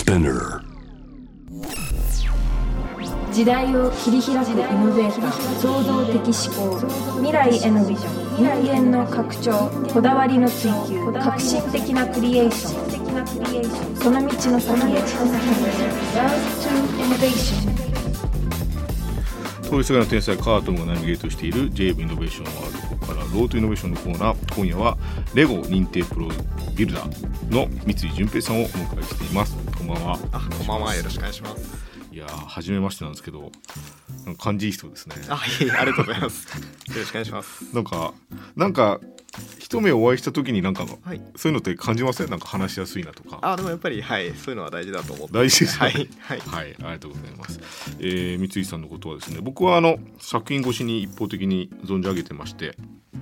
Spinner。 時代を切り開くイノベーター、創造的思考、未来へのビジョン、人間の拡張、こだわりの追求、革新的なクリエーション、その道の先へ Love to Innovation。 通りすがりの天才カートンがナビゲートしている JWEB イノベーションワールドからロートイノベーションのコーナー、今夜はレゴ認定プロビルダーの三井純平さんをお迎えしています。こんばんは。 こんばんは、よろしくお願いします。 いや初めましてなんですけど、感じいい人ですね。 ありがとうございます。よろしくお願いします。 なんか一目お会いした時にそういうのって感じません？なんか話しやすいなとか。 でもやっぱりそういうのは大事だと思って。 大事ですね。 はい、 ありがとうございます。三井さんのことはですね、僕は作品越しに一方的に存じ上げてまして、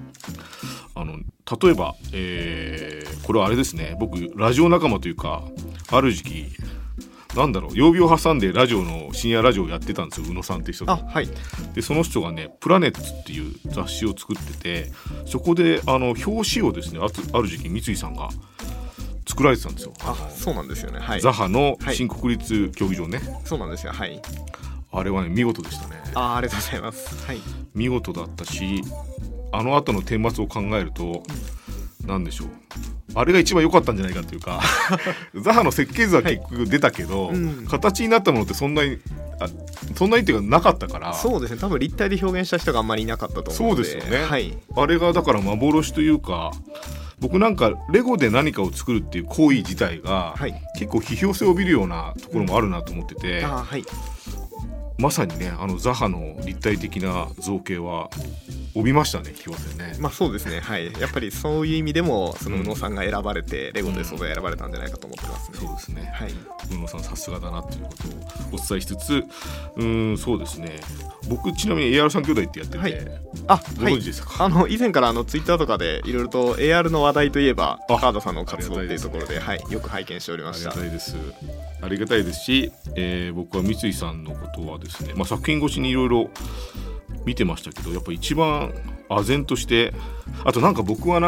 例えば、これはあれですね、僕ラジオ仲間というか、ある時期曜日を挟んで深夜ラジオをやってたんですよ、宇野さんって人と。でその人がね、プラネッツっていう雑誌を作ってて、そこで表紙をですね、ある時期三井さんが作られてたんですよ。 そうなんですよね。 ザハの新国立競技場ね。 そうなんですよ。 あれはね、見事でしたね。 ありがとうございます。 見事だったし、後の顛末を考えると、なんでしょう、あれが一番良かったんじゃないかというかザハの設計図は結局出たけど、形になったものってそんなにっていうかなかったから。 そうですね、多分立体で表現した人があんまりいなかったと思うので。 そうですよね、あれがだから幻というか、僕なんかレゴで何かを作るっていう行為自体が、結構批評性を帯びるようなところもあるなと思ってて、まさにね、ザハの立体的な造形は帯びましたね、批評性ね。 そうですね、やっぱりそういう意味でもその宇野さんが選ばれて、レゴで素材選ばれたんじゃないかと思ってますね。 そうですね、宇野さんさすがだなということをお伝えしつつ、そうですね、僕ちなみに AR3 兄弟ってやってて、ご存知ですか？ 以前からツイッターとかでいろいろと AR の話題といえば川田さんの活動っていうところで、よく拝見しておりました。 ありがたいですし、僕は三井さんのことはですね、作品越しにいろいろ見てましたけど、やっぱ一番唖然として、あと僕は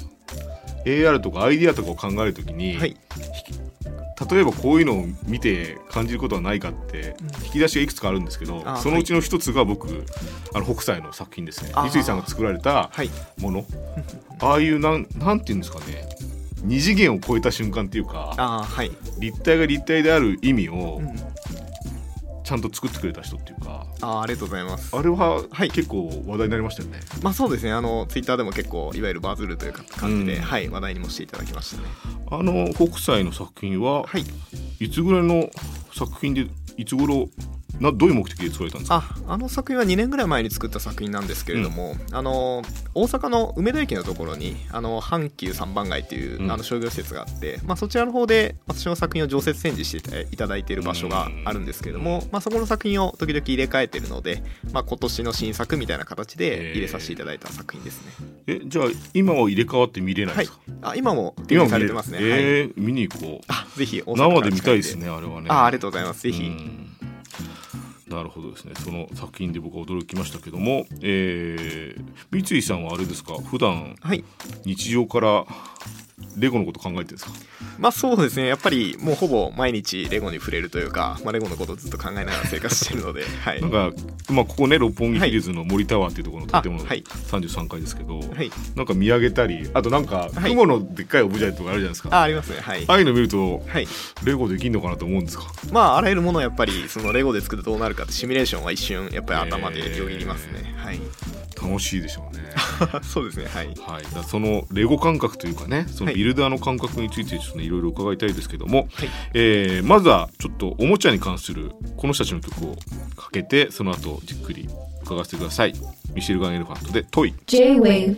AR とかアイディアとかを考えるときに、例えばこういうのを見て感じることはないかって引き出しがいくつかあるんですけど、そのうちの一つが僕北斎の作品ですね。三井さんが作られたもの、ああいうなんていうんですかね、二次元を超えた瞬間っていうか、立体が立体である意味をちゃんと作ってくれた人っていうか。 ありがとうございます。 あれは結構話題になりましたよね。 そうですね、ツイッターでも結構いわゆるバズるという感じで、話題にもしていただきましたね。 北斎の作品は、いつぐらいの作品で、いつ頃どういう目的で作られたんですか？ 作品は2年ぐらい前に作った作品なんですけれども、大阪の梅田駅のところに阪急三番街っていう、商業施設があって、そちらの方で私の作品を常設展示していただいている場所があるんですけれども、そこの作品を時々入れ替えているので、今年の新作みたいな形で入れさせていただいた作品ですね。 じゃあ今は入れ替わって見れないですか？ 今も展示されてますね。 見に行こう。 ぜひ大阪から生で見たいですね、あれはね。 ありがとうございます。ぜひ。 なるほどですね。その作品で僕は驚きましたけども、三井さんはあれですか、普段、日常からレゴのこと考えてるんですか？ そうですね、やっぱりもうほぼ毎日レゴに触れるというか、レゴのことをずっと考えながら生活しているので、 ここね、六本木ヒルズの森タワーっていうところの建物、33階ですけど、見上げたり、あと雲のでっかいオブジェとかあるじゃないですか。 ありますね。 ああいうの見ると、レゴできんのかなと思うんですか？ あらゆるものをやっぱりそのレゴで作ってどうなるかってシミュレーションは一瞬やっぱり頭でよぎりますね。 楽しいでしょうね。 そうですね。 だそのレゴ感覚というかね、そのビルダーの感覚についてちょっとね、いろいろ伺いたいですけども、まずはちょっとおもちゃに関するこの人たちの曲をかけて、その後じっくり伺わせてください。ミシェルガン・エレファントでトイ。 J-Wave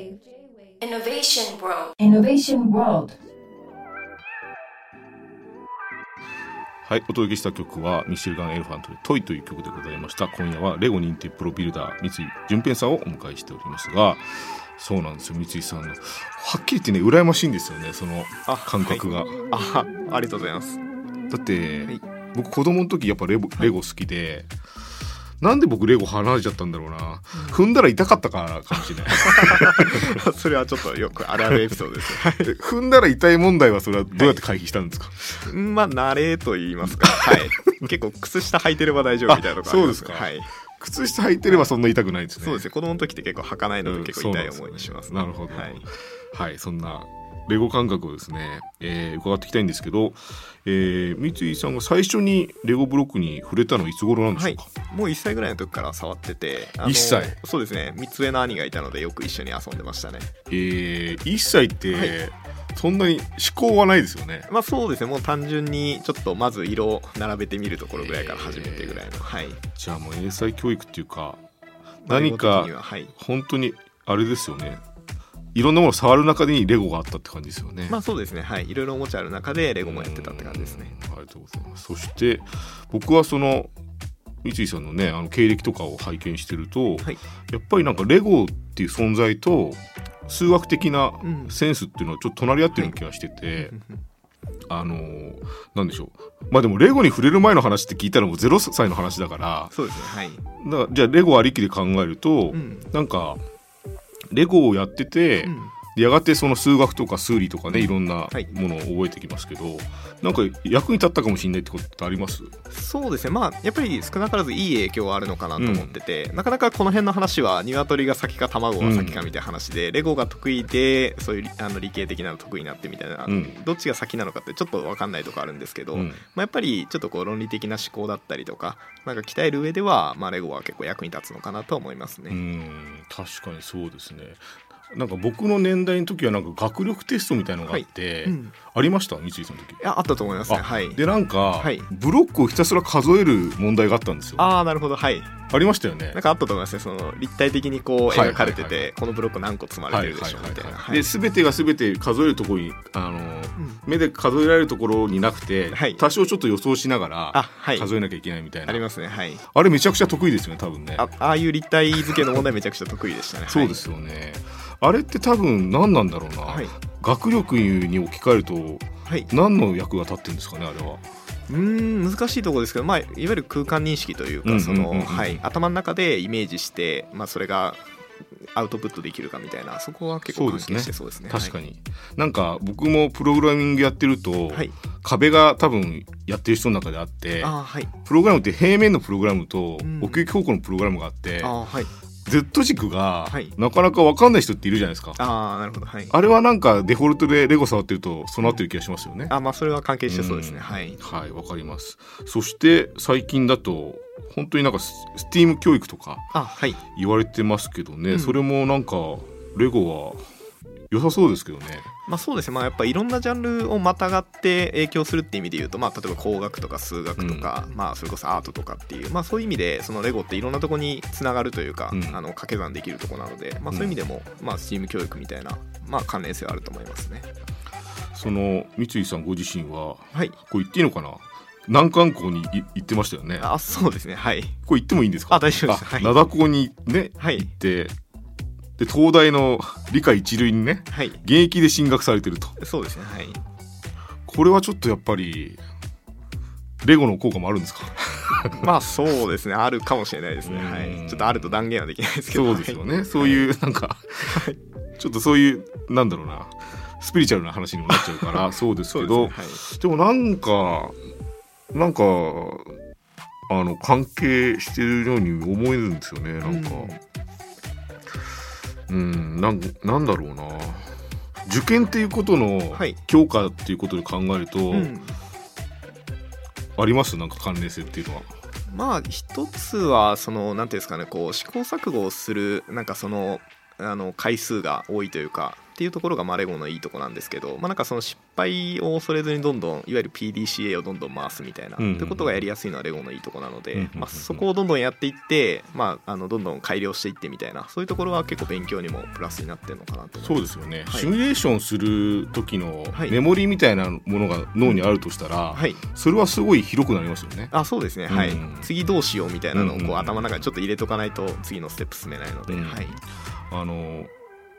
Innovation World。 お届けした曲はミシェルガン・エレファントでトイという曲でございました。今夜はレゴ認定プロビルダー三井純平さんをお迎えしておりますが、そうなんですよ、三井さんのはっきり言ってね、羨ましいんですよね、その感覚が。 ありがとうございます。 だって、僕子供の時やっぱレゴ好きで、 なんで僕レゴ離れちゃったんだろうな、踏んだら痛かったからかもしれないそれはちょっとよくあるあるエピソードですね踏んだら痛い問題はそれはどうやって回避したんですか？ まあ慣れと言いますか、はい、結構靴下履いてれば大丈夫みたいなところあります。 そうですか、 はい、 靴下履いてればそんな痛くないですね。 そうですね、子供の時って結構履かないので結構痛い思いにします、 なるほど、 はい、 はい、そんなレゴ感覚をですね、伺っていきたいんですけど、三井さんが最初にレゴブロックに触れたのはいつ頃なんでしょうか？ はい、もう1歳ぐらいの時から触ってて、 1歳？ そうですね、3つ上の兄がいたのでよく一緒に遊んでましたね。 1歳って、 はい、 そんなに思考はないですよね。 まあそうですね、もう単純にちょっとまず色を並べてみるところぐらいから始めてぐらいの、はい、 じゃあもう英才教育っていうか、何か本当にあれですよね、いろんなものを触る中にレゴがあったって感じですよね。 まあそうですね、はい、いろいろおもちゃある中でレゴもやってたって感じですね。 ありがとうございます。そして僕はその三井さんのね、経歴とかを拝見してると、はい、やっぱりなんかレゴっていう存在と数学的なセンスっていうのはちょっと隣り合ってる気がしてて、なんでしょう、まあでもレゴに触れる前の話って聞いたらもう0歳の話だから、 そうですね、はい、 だからじゃあレゴありきで考えると、なんかレゴをやってて、やがてその数学とか数理とかね、いろんなものを覚えてきますけど、なんか役に立ったかもしれないってことってあります？ そうですね、まあやっぱり少なからずいい影響はあるのかなと思ってて、なかなかこの辺の話は鶏が先か卵が先かみたいな話で、レゴが得意でそういう理系的なの得意になってみたいな、どっちが先なのかってちょっと分かんないとこあるんですけど、まあ、やっぱりちょっとこう論理的な思考だったりとかなんか鍛える上では、まあ、レゴは結構役に立つのかなと思いますね。 確かにそうですね。なんか僕の年代の時はなんか学力テストみたいのがあって、ありました？三井さんの時。 いや、あったと思いますね。はい、 でなんか、ブロックをひたすら数える問題があったんですよ。 ああ、なるほど、はい、 ありましたよね。 なんかあったと思いますね。その立体的にこう描かれてて、このブロック何個積まれてるでしょうみたいな。 で全てが全て数えるところに目で数えられるところになくて、多少ちょっと予想しながら数えなきゃいけないみたいな。 ありますね。はい。 あれめちゃくちゃ得意ですよね、多分ね。 ああいう立体付けの問題めちゃくちゃ得意でしたね。 そうですよね。あれって多分何なんだろうな、学力に置き換えると、何の役が立ってるんですかね、あれは。 難しいところですけど、まあ、いわゆる空間認識というか、頭の中でイメージして、まあ、それがアウトプットできるかみたいな、そこは結構関係してそうですね。 確かに、なんか僕もプログラミングやってると、壁が多分やってる人の中であって、プログラムって平面のプログラムと奥行き方向のプログラムがあって、Z 軸がなかなか分かんない人っているじゃないですか。 なるほど、 あれはなんかデフォルトでレゴ触ってるとそうなってる気がしますよね。 まあそれは関係してそうですね。はい、 わかります。そして最近だと本当になんかスティーム教育とか言われてますけどね、それもなんかレゴは良さそうですけどね。 まあそうですね、まあ、やっぱいろんなジャンルをまたがって影響するっていう意味で言うと、まあ、例えば工学とか数学とか、まあ、それこそアートとかっていう、まあ、そういう意味でそのレゴっていろんなところにつながるというか、掛け算できるところなので、まあ、そういう意味でも、まあ、スチーム教育みたいな、まあ、関連性はあると思いますね。 その三井さんご自身は、これ言っていいのかな、難関校に行ってましたよね。 そうですね、はい。 これ言ってもいいんですか？ 大丈夫です。 灘高にね、行ってで東大の理科一類にね、現役で進学されてると。 そうですね、はい。 これはちょっとやっぱりレゴの効果もあるんですか？ まあそうですね、あるかもしれないですね。ちょっとあると断言はできないですけど。 そうですよね、そういうなんかちょっとそういうなんだろうな、スピリチュアルな話にもなっちゃうからそうですけど、でもなんか関係してるように思えるんですよね。なんかなんだろうな、受験っていうことの強化っていうことで考えると、あります？なんか関連性っていうのは。 まあ一つはそのなんていうんですかね、こう試行錯誤をするなんかその回数が多いというかっていうところがレゴのいいとこなんですけど、なんかその失敗を恐れずにどんどんいわゆる PDCA をどんどん回すみたいな、ってことがやりやすいのはレゴのいいとこなので、そこをどんどんやっていって、どんどん改良していってみたいな、そういうところは結構勉強にもプラスになってるのかなと思います。 そうですよね、シミュレーションする時のメモリーみたいなものが脳にあるとしたら、それはすごい広くなりますよね。 そうですね、次どうしようみたいなのをこう頭の中にちょっと入れとかないと次のステップ進めないので、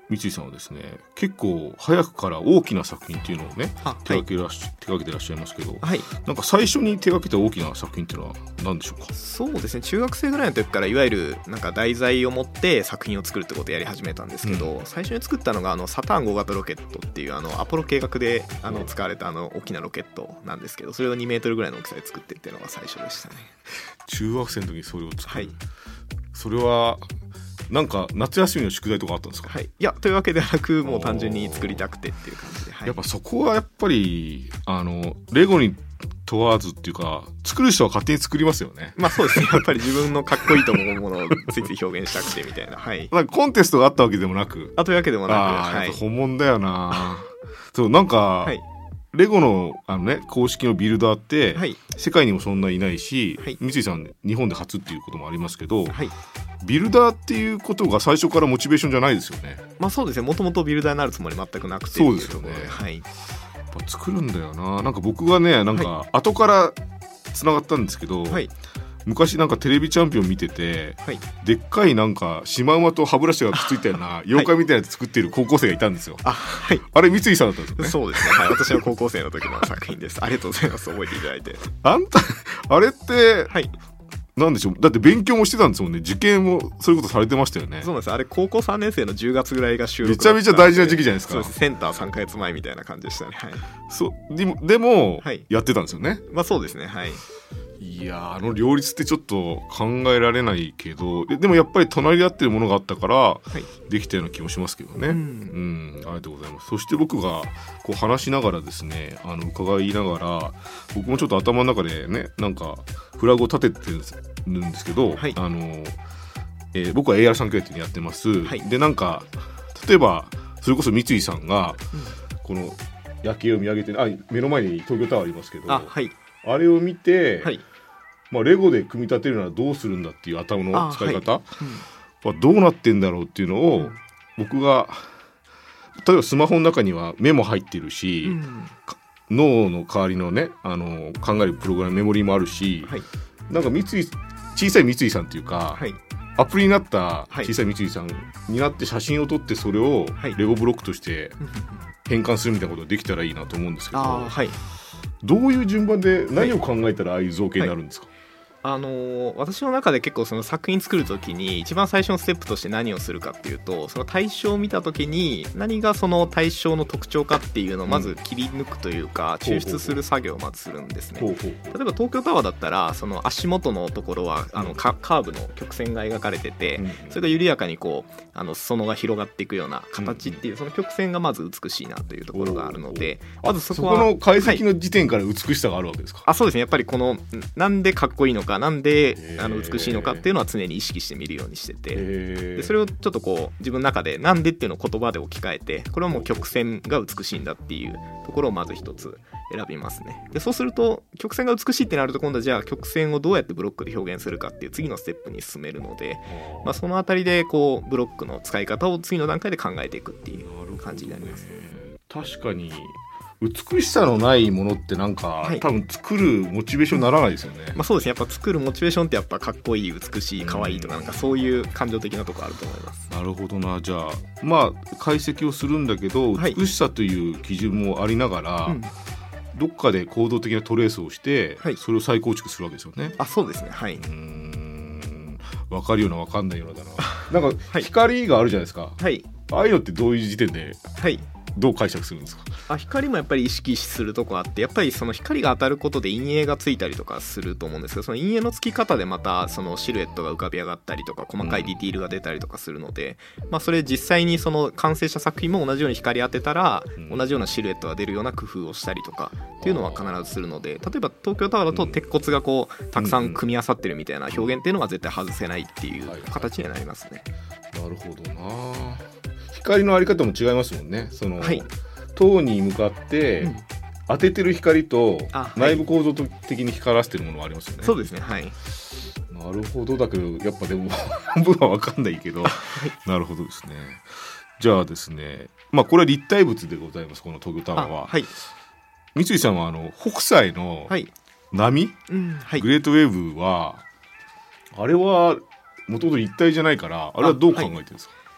三井さんはですね結構早くから大きな作品っていうのをね手掛けてらっしゃいますけど、はい、なんか最初に手掛けた大きな作品っていうのは何でしょうか？ そうですね、中学生ぐらいの時からいわゆるなんか題材を持って作品を作るってことをやり始めたんですけど、最初に作ったのがサターン5型ロケットっていうアポロ計画で使われた大きなロケットなんですけど、それを2メートルぐらいの大きさで作ってっていうのが最初でしたね。 中学生の時にそれを作る、 はい、 それはなんか夏休みの宿題とかあったんですか？ はい、いやというわけではなく、もう単純に作りたくてっていう感じで、はい、 やっぱそこはやっぱりレゴに問わずっていうか作る人は勝手に作りますよね。 まあそうですね、やっぱり自分のかっこいいと思うものをついつい表現したくてみたいな、はい、 なんかコンテストがあったわけでもなく、 というわけでもなく、 はい、本物だよなそうなんか、はい、レゴの公式のビルダーって、はい、世界にもそんないないし、はい、三井さん日本で初っていうこともありますけど、はい、ビルダーっていうことが最初からモチベーションじゃないですよね。 まあそうですね、もともとビルダーになるつもり全くなくて、 そうですよね、 はい、 やっぱ作るんだよな。なんか僕がねなんか後からつながったんですけど、はい、昔なんかテレビチャンピオン見てて、はい、でっかいなんかシマウマと歯ブラシがくっついたような妖怪みたいなやつ作っている高校生がいたんですよ。 はい、 あれ三井さんだったんですよね。 そうですね、はい、私は高校生の時の作品です。ありがとうございます、覚えていただいて。 あんたあれって、はい、なんでしょう、だって勉強もしてたんですもんね。受験もそういうことされてましたよね。 そうなんです、あれ高校3年生の10月ぐらいが収録めちゃめちゃ大事な時期じゃないですか。 そうです、センター3ヶ月前みたいな感じでしたね、はい、 そうでも、はい、やってたんですよね。 まあそうですね、はい、 いや両立ってちょっと考えられないけど、でもやっぱり隣り合ってるものがあったから、はい、できたような気もしますけどね、ありがとうございます。そして僕がこう話しながらですね伺いながら、僕もちょっと頭の中でねなんかフラグを立ててるんですけど、はい、僕は AR 産業っていうのやってます、はい、でなんか例えばそれこそ三井さんが、この夜景を見上げて、目の前に東京タワーありますけど、 はい、 あれを見て、はい、レゴで組み立てるならどうするんだっていう頭の使い方はどうなってんだろうっていうのを、僕が例えばスマホの中にはメモ入ってるし、脳の代わりのね考えるプログラムメモリーもあるし、はい、なんか小さい三井さんっていうか、はい、アプリになった小さい三井さんになって写真を撮ってそれをレゴブロックとして変換するみたいなことができたらいいなと思うんですけど、はい、どういう順番で何を考えたらああいう造形になるんですか？ 私の中で結構その作品作る時に一番最初のステップとして何をするかっていうと、その対象を見た時に何がその対象の特徴かっていうのをまず切り抜くというか、抽出する作業をまずするんですね。例えば東京タワーだったらその足元のところはカーブの曲線が描かれてて、それが緩やかにこう裾野が広がっていくような形っていう、その曲線がまず美しいなというところがあるので、まずそこはそこの解析の時点から美しさがあるわけですか？ そうですね、やっぱりこのなんでかっこいいのか、なんで美しいのかっていうのは常に意識して見るようにしてて、でそれをちょっとこう自分の中でなんでっていうのを言葉で置き換えて、これはもう曲線が美しいんだっていうところをまず一つ選びますね。でそうすると曲線が美しいってなると、今度はじゃあ曲線をどうやってブロックで表現するかっていう次のステップに進めるので、そのあたりでこうブロックの使い方を次の段階で考えていくっていう感じになります。 確かに美しさのないものってなんか、はい、多分作るモチベーションにならないですよね。 そうですね、やっぱ作るモチベーションってやっぱかっこいい、美しい、可愛いとか、なんかそういう感情的なところあると思います。 なるほどな。じゃあ解析をするんだけど、美しさという基準もありながら、どっかで行動的なトレースをして、それを再構築するわけですよね。 そうですね、はい。 分かるような分かんないようなだな。なんか光があるじゃないですか、はい、ああいうのってどういう時点で、どう解釈するんですか？ 光もやっぱり意識するとこあって、やっぱりその光が当たることで陰影がついたりとかすると思うんですけど、その陰影のつき方でまたそのシルエットが浮かび上がったりとか、細かいディティールが出たりとかするので、それ実際にその完成した作品も同じように光当てたら、同じようなシルエットが出るような工夫をしたりとかっていうのは必ずするので、例えば東京タワーだと鉄骨がこうたくさん組み合わさってるみたいな表現っていうのは絶対外せないっていう形になりますね。 なるほどな。光のあり方も違いますもんね。その、塔に向かって当ててる光と内部構造的に光らせてるものはありますよね。 そうですね、はい。 なるほど。だけどやっぱでも半分は分かんないけどなるほどですね。じゃあですね、これは立体物でございます。この東京タワーは、三井さんは北斎の波、グレートウェーブはあれはもともと立体じゃないから、あれはどう考えてるんですか？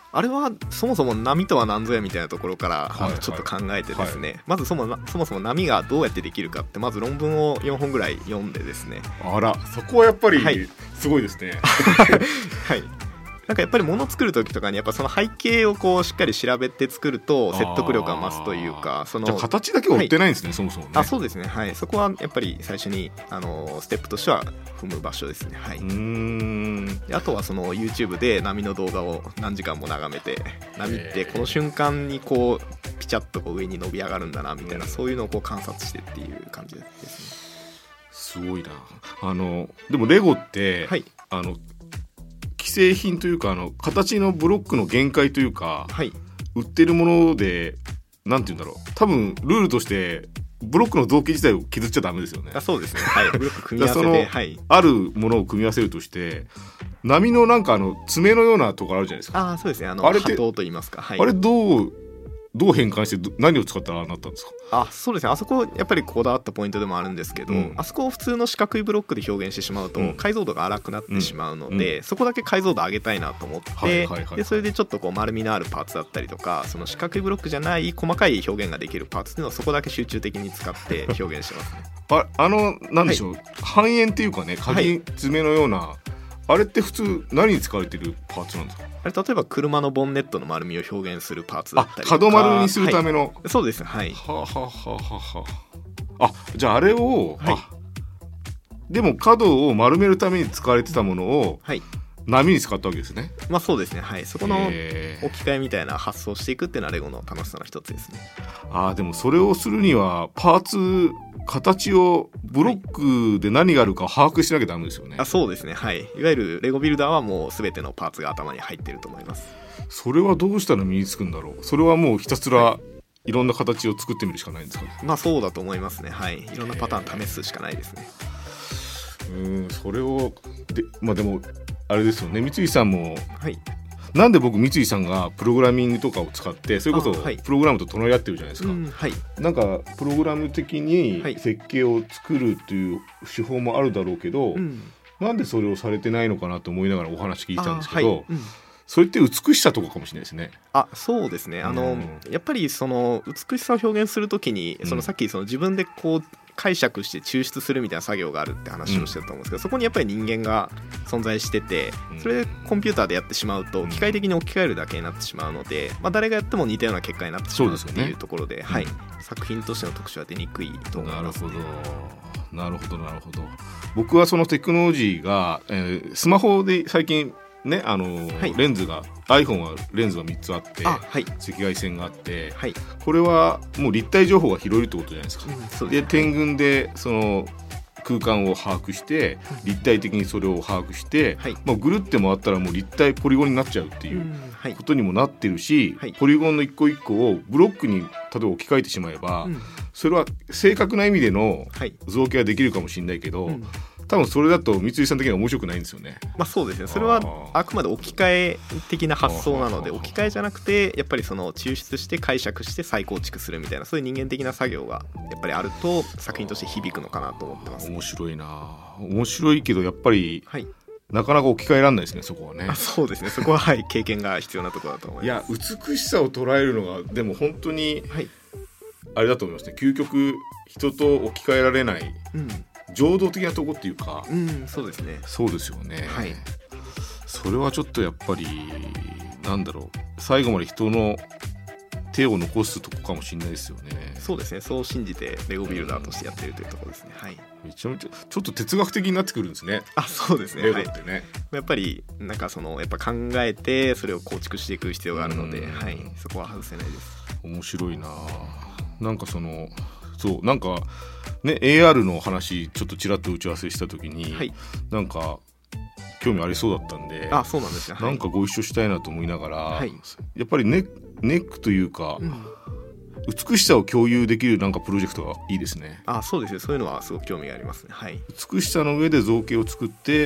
あれはそもそも波とは何ぞやみたいなところからはいはいちょっと考えてですね、まずそもそも波がどうやってできるかってまず論文を4本ぐらい読んでですね、 あら、そこはやっぱりはいすごいですね。 はいなんかやっぱり物を作る時とかにやっぱその背景をこうしっかり調べて作ると説得力が増すというか、そのじゃあ形だけは追ってないんですね、そもそもね。 あ、そうですね、はい、そこはやっぱり最初にステップとしては踏む場所ですね。はい、であとはその YouTube で波の動画を何時間も眺めて、波ってこの瞬間にこうピチャッとこう上に伸び上がるんだなみたいな、そういうのをこう観察してっていう感じですね。 すごいな。でもレゴって、 はい既製品というか形のブロックの限界というか、 はい、 売ってるものでなんて言うんだろう、多分ルールとしてブロックの造形自体を削っちゃダメですよね。 あ、そうですね、はい、ブロック組み合わせだからて、はい、 あるものを組み合わせるとして波のなんか爪のようなところあるじゃないですか。 あ、そうですね、 あれって波頭と言いますか、はい、 あれどう変換して何を使ったらなったんですか。 あ、そうですね、あそこやっぱりこだわったポイントでもあるんですけど、あそこを普通の四角いブロックで表現してしまうと解像度が荒くなってしまうので、そこだけ解像度上げたいなと思って、でそれでちょっとこう丸みのあるパーツだったりとか、その四角いブロックじゃない細かい表現ができるパーツっていうのをそこだけ集中的に使って表現してますね。 なんでしょう、半円っていうかね、鍵爪のような、あれって普通何に使われてるパーツなんですか。 あれ例えば車のボンネットの丸みを表現するパーツだったりとか、 角丸にするための、 そうです、はい、 ははははは。じゃああれを、でも角を丸めるために使われてたものを、波に使ったわけですね。 まあそうですね、はい、そこの置き換えみたいな発想していくっていうのはレゴの楽しさの一つですね。 でもそれをするにはパーツ形をブロックで何があるかを把握しなきゃダメですよね。 そうですね、はい、いわゆるレゴビルダーはもう全てのパーツが頭に入っていると思います。 それはどうしたら身につくんだろう。それはもうひたすらいろんな形を作ってみるしかないんですかね。 まあそうだと思いますね、はい、いろんなパターン試すしかないですね。 それをでもあれですよね、三井さんも、 はい、 なんで僕三井さんがプログラミングとかを使ってそれこそプログラムと隣り合ってるじゃないですか、なんかプログラム的に設計を作るという手法もあるだろうけど、なんでそれをされてないのかなと思いながらお話聞いたんですけど、それって美しさとかかもしれないですね。 そうですね、やっぱりその美しさを表現するときに、そのさっきその自分でこう解釈して抽出するみたいな作業があるって話をしてたと思うんですけど、そこにやっぱり人間が存在してて、それでコンピューターでやってしまうと機械的に置き換えるだけになってしまうので、誰がやっても似たような結果になってしまうっていうところで、作品としての特徴は出にくいと思います、ね。 なるほど。僕はそのテクノロジーが、スマホで最近ね、レンズが iPhone はレンズが3つあって、赤外線があって、これはもう立体情報が拾えるってことじゃないですか。で点群でその空間を把握して立体的にそれを把握して、ぐるって回ったらもう立体ポリゴンになっちゃうっていうことにもなってるし、ポリゴンの一個一個をブロックに例えば置き換えてしまえば、それは正確な意味での造形ができるかもしれないけど、多分それだと三井さん的には面白くないんですよね。 そうですね、それはあくまで置き換え的な発想なので、置き換えじゃなくてやっぱりその抽出して解釈して再構築するみたいな、そういう人間的な作業がやっぱりあると作品として響くのかなと思ってます、ね。面白いな。面白いけどやっぱり、なかなか置き換えられないですね、そこはね。 そうですね、そこは経験が必要なところだと思います。 いや、美しさを捉えるのがでも本当に、あれだと思いますね。究極人と置き換えられない、情動的なとこっていうか、 そうですね。 そうですよね、それはちょっとやっぱりなんだろう、最後まで人の手を残すとこかもしれないですよね。 そうですね、そう信じてレゴビルダーとしてやっているというところですね。 めちゃめちゃちょっと哲学的になってくるんですね。 そうですね、 レゴってね、 やっぱりなんかそのやっぱ考えてそれを構築していく必要があるので、そこは外せないです。 面白いな。なんかそうなんかね AR の話ちょっとちらっと打ち合わせした時に、なんか興味ありそうだったんで、 そうなんですね、 なんかご一緒したいなと思いながら、やっぱりネックというか、美しさを共有できるなんかプロジェクトがいいですね。 そうですね、そういうのはすごく興味がありますね。 美しさの上で造形を作って、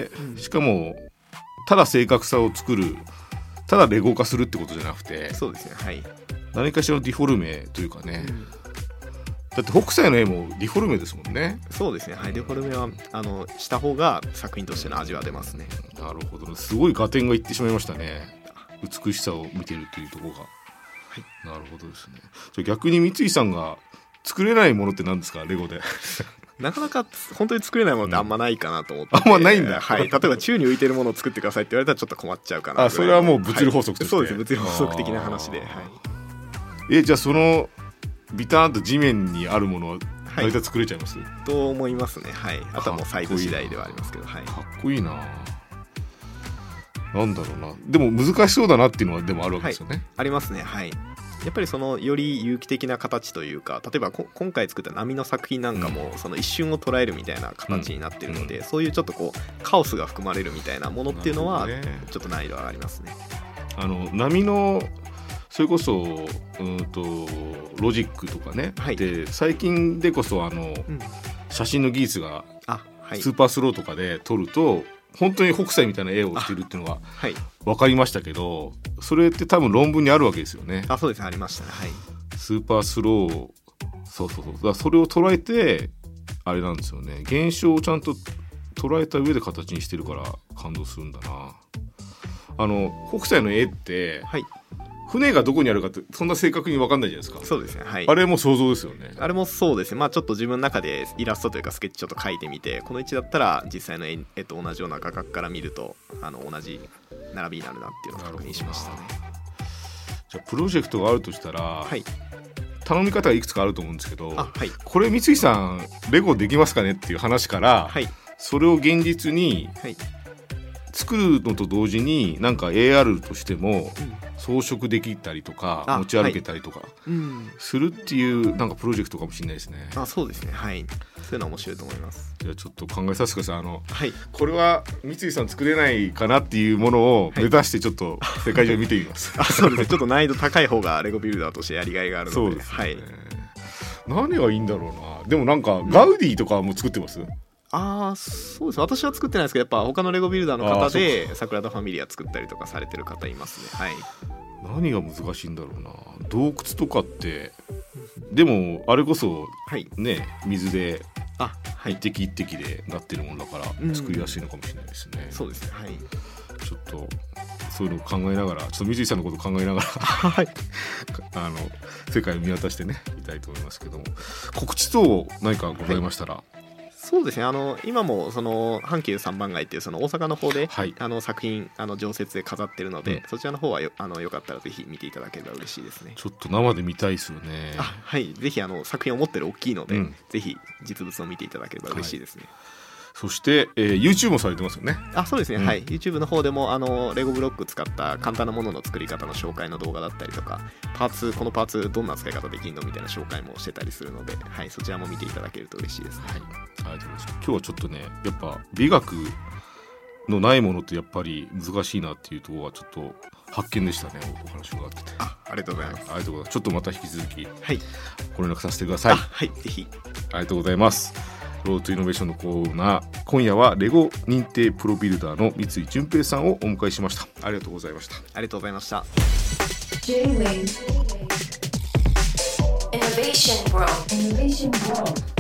しかもただ正確さを作る、ただレゴ化するってことじゃなくて、 そうですね、 何かしらのディフォルメというかね、だって北斎の絵もディフォルメですもんね。 そうですね、ディフォルメはした方が作品としての味は出ますね。 なるほど、すごい合点がいってしまいましたね。 美しさを見てるというところが、なるほどですね。じゃあ逆に三井さんが作れないものって何ですか、レゴで。 なかなか本当に作れないものってあんまないかなと思って、 あんまないんだ。 はい、例えば宙に浮いてるものを作ってくださいって言われたらちょっと困っちゃうかな。 それはもう物理法則として、 そうですね、物理法則的な話で、 じゃあそのビターンと地面にあるものは大体作れちゃいます、 と思いますね。あとはもうサイズ次第ではありますけど。かっこいいな。なんだろうな、でも難しそうだなっていうのはでもあるわけですよね。 ありますね。やっぱりそのより有機的な形というか、例えば今回作った波の作品なんかもその一瞬を捉えるみたいな形になっているので、そういうちょっとカオスが含まれるみたいなものっていうのはちょっと難易度がありますね。 波のそれこそロジックとかね、で最近でこそ写真の技術がスーパースローとかで撮ると本当に北斎みたいな絵をしてるっていうのが分かりましたけど、それって多分論文にあるわけですよね。 そうですね、ありましたね。 スーパースロー、そうだからそれを捉えてあれなんですよね、現象をちゃんと捉えた上で形にしてるから感動するんだな。北斎の絵って、船がどこにあるかってそんな正確に分かんないじゃないですか。 そうですね、 あれも想像ですよね。 あれもそうですね。ちょっと自分の中でイラストというかスケッチちょっと描いてみて、この位置だったら実際の絵と同じような画角から見ると同じ並びになるなっていうのを確認しましたね。 じゃあプロジェクトがあるとしたら、頼み方がいくつかあると思うんですけど、これ三井さんレゴできますかねっていう話から、それを現実に作るのと同時になんか AR としても装飾できたりとか持ち歩けたりとかするっていうなんかプロジェクトかもしれないですね。 そうですね、そういうのは面白いと思います。 じゃあちょっと考えさせてください。これは三井さん作れないかなっていうものを目指してちょっと世界中見てみます。 そうですね、ちょっと難易度高い方がレゴビルダーとしてやりがいがあるので。 そうですね、何がいいんだろうな。でもなんかガウディとかも作ってます？ そうです。私は作ってないですけど、やっぱ他のレゴビルダーの方でサグラダ・ファミリア作ったりとかされてる方いますね。 何が難しいんだろうな。洞窟とかってでもあれこそね、水で一滴一滴でなってるもんだから作りやすいのかもしれないですね。 そうですね。 ちょっとそういうのを考えながら、ちょっと三井さんのことを考えながら世界を見渡してねいたいと思いますけども、告知等何かございましたら。 そうですね、今もその阪急三番街っていうその大阪の方で、作品常設で飾ってるので、そちらの方はよかったらぜひ見ていただければ嬉しいですね。 ちょっと生で見たいですよね。 ぜひ作品を持ってる大きいので、ぜひ実物を見ていただければ嬉しいですね。 そして、YouTube もされてますよね。 そうですね、YouTube の方でもレゴブロック使った簡単なものの作り方の紹介の動画だったりとか、このパーツどんな使い方できるのみたいな紹介もしてたりするので、そちらも見ていただけると嬉しいですね。 今日はちょっとね、やっぱ美学のないものってやっぱり難しいなっていうところはちょっと発見でしたね。お話を伺っててありがとうございます。 ちょっとまた引き続きご連絡させてください。 ぜひ。 ありがとうございます。ロードイノベーションのコーナー、今夜はレゴ認定プロビルダーの三井純平さんをお迎えしました。ありがとうございました。 ありがとうございました。 J-Wave Innovation World